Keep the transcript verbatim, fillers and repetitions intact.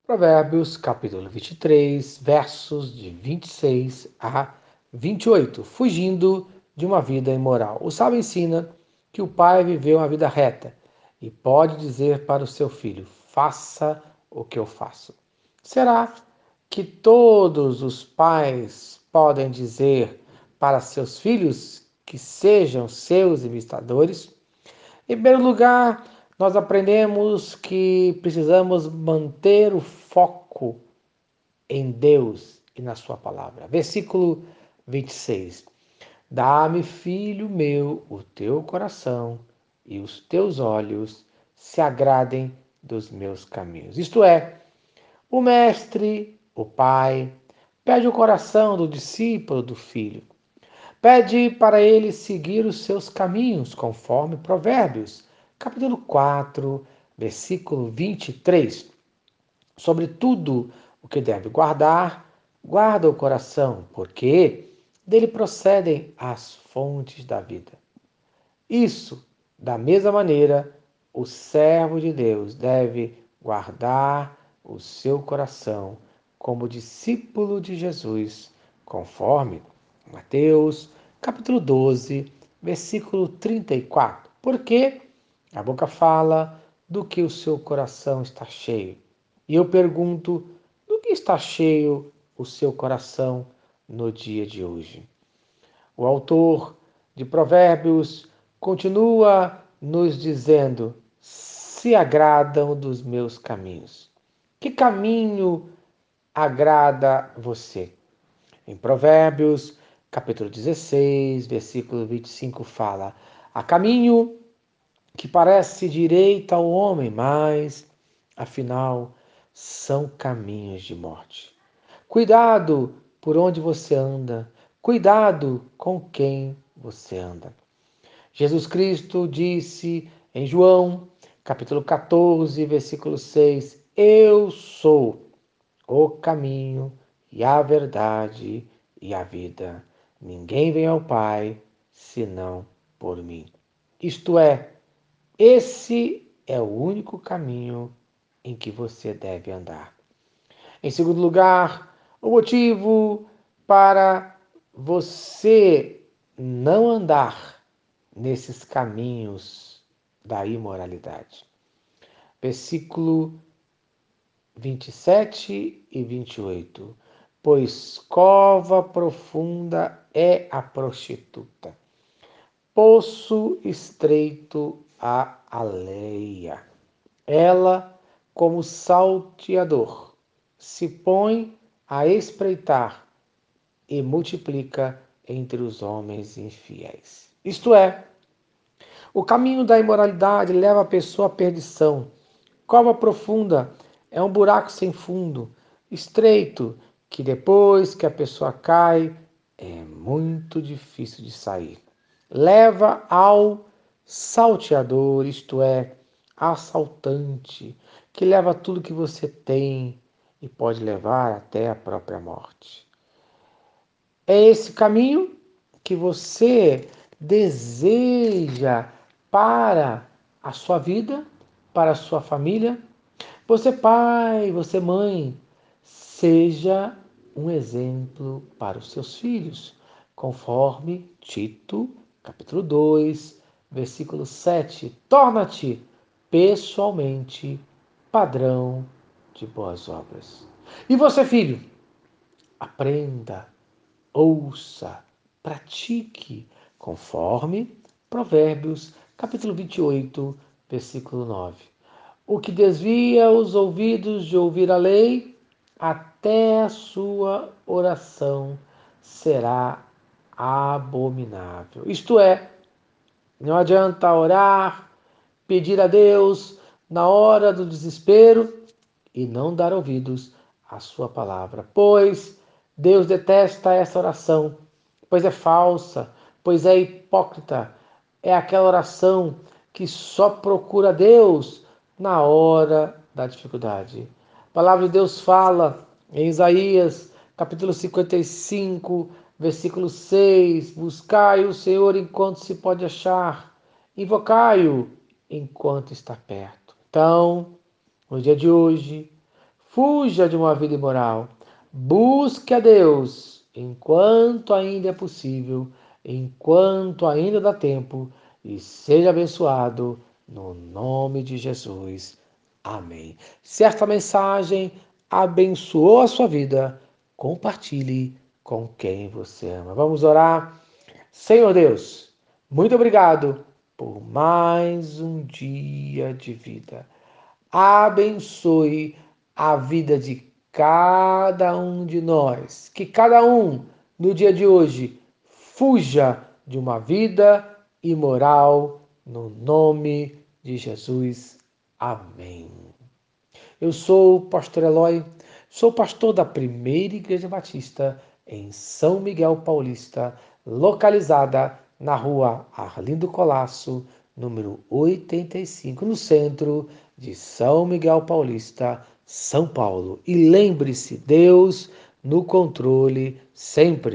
Provérbios, capítulo vinte e três, versos de vinte e seis a vinte e oito. Fugindo de uma vida imoral. O sábio ensina que o pai viveu uma vida reta e pode dizer para o seu filho: faça o que eu faço. Será que todos os pais podem dizer para seus filhos que sejam seus imitadores? Em primeiro lugar, nós aprendemos que precisamos manter o foco em Deus e na Sua palavra. Versículo vinte e seis. Dá-me, filho meu, o teu coração e os teus olhos se agradem dos meus caminhos. Isto é, o mestre, o pai, pede o coração do discípulo, do filho. Pede para ele seguir os seus caminhos, conforme Provérbios, capítulo quatro, versículo vinte e três. Sobre tudo o que deve guardar, guarda o coração, porque dele procedem as fontes da vida. Isso, da mesma maneira, o servo de Deus deve guardar o seu coração como discípulo de Jesus, conforme Mateus, capítulo doze, versículo trinta e quatro. Porque a boca fala do que o seu coração está cheio. E eu pergunto, do que está cheio o seu coração no dia de hoje? O autor de Provérbios continua nos dizendo: se agradam dos meus caminhos. Que caminho agrada você? Em Provérbios, capítulo dezesseis, versículo vinte e cinco, fala: há caminho que parece direito ao homem, mas, afinal, são caminhos de morte. Cuidado por onde você anda, cuidado com quem você anda. Jesus Cristo disse em João, capítulo quatorze, versículo seis: eu sou o caminho e a verdade e a vida. Ninguém vem ao Pai senão por mim. Isto é, esse é o único caminho em que você deve andar. Em segundo lugar, o motivo para você não andar nesses caminhos da imoralidade. Versículo vinte e sete e vinte e oito. Pois cova profunda é a prostituta, poço estreito a aleia. Ela, como salteador, se põe a espreitar e multiplica entre os homens infiéis. Isto é, o caminho da imoralidade leva a pessoa à perdição. Cova profunda é um buraco sem fundo, estreito, que depois que a pessoa cai, é muito difícil de sair. Leva ao salteador, isto é, assaltante, que leva tudo que você tem e pode levar até a própria morte. É esse caminho que você deseja para a sua vida, para a sua família? Você, pai, você, mãe, seja um exemplo para os seus filhos, conforme Tito, capítulo dois, versículo sete. Torna-te pessoalmente padrão de boas obras. E você, filho, aprenda, ouça, pratique, conforme Provérbios, capítulo vinte e oito, versículo nove. O que desvia os ouvidos de ouvir a lei, até a sua oração será abominável. Isto é, não adianta orar, pedir a Deus na hora do desespero e não dar ouvidos à sua palavra, pois Deus detesta essa oração, pois é falsa, pois é hipócrita. É aquela oração que só procura Deus na hora da dificuldade. A palavra de Deus fala em Isaías, capítulo cinquenta e cinco, versículo seis: buscai o Senhor enquanto se pode achar, invocai-o enquanto está perto. Então, no dia de hoje, Fuja de uma vida imoral. Busque a Deus enquanto ainda é possível, enquanto ainda dá tempo, e seja abençoado no nome de Jesus. Amém. Se esta mensagem abençoou a sua vida, compartilhe com quem você ama. Vamos orar. Senhor Deus, muito obrigado por mais um dia de vida. Abençoe a vida de cada um de nós. Que cada um, no dia de hoje, fuja de uma vida imoral, no nome de Jesus. Amém. Eu sou o pastor Eloy, sou pastor da Primeira Igreja Batista em São Miguel Paulista, localizada na rua Arlindo Colasso, número oitenta e cinco, no centro de São Miguel Paulista, São Paulo. E lembre-se, Deus no controle sempre.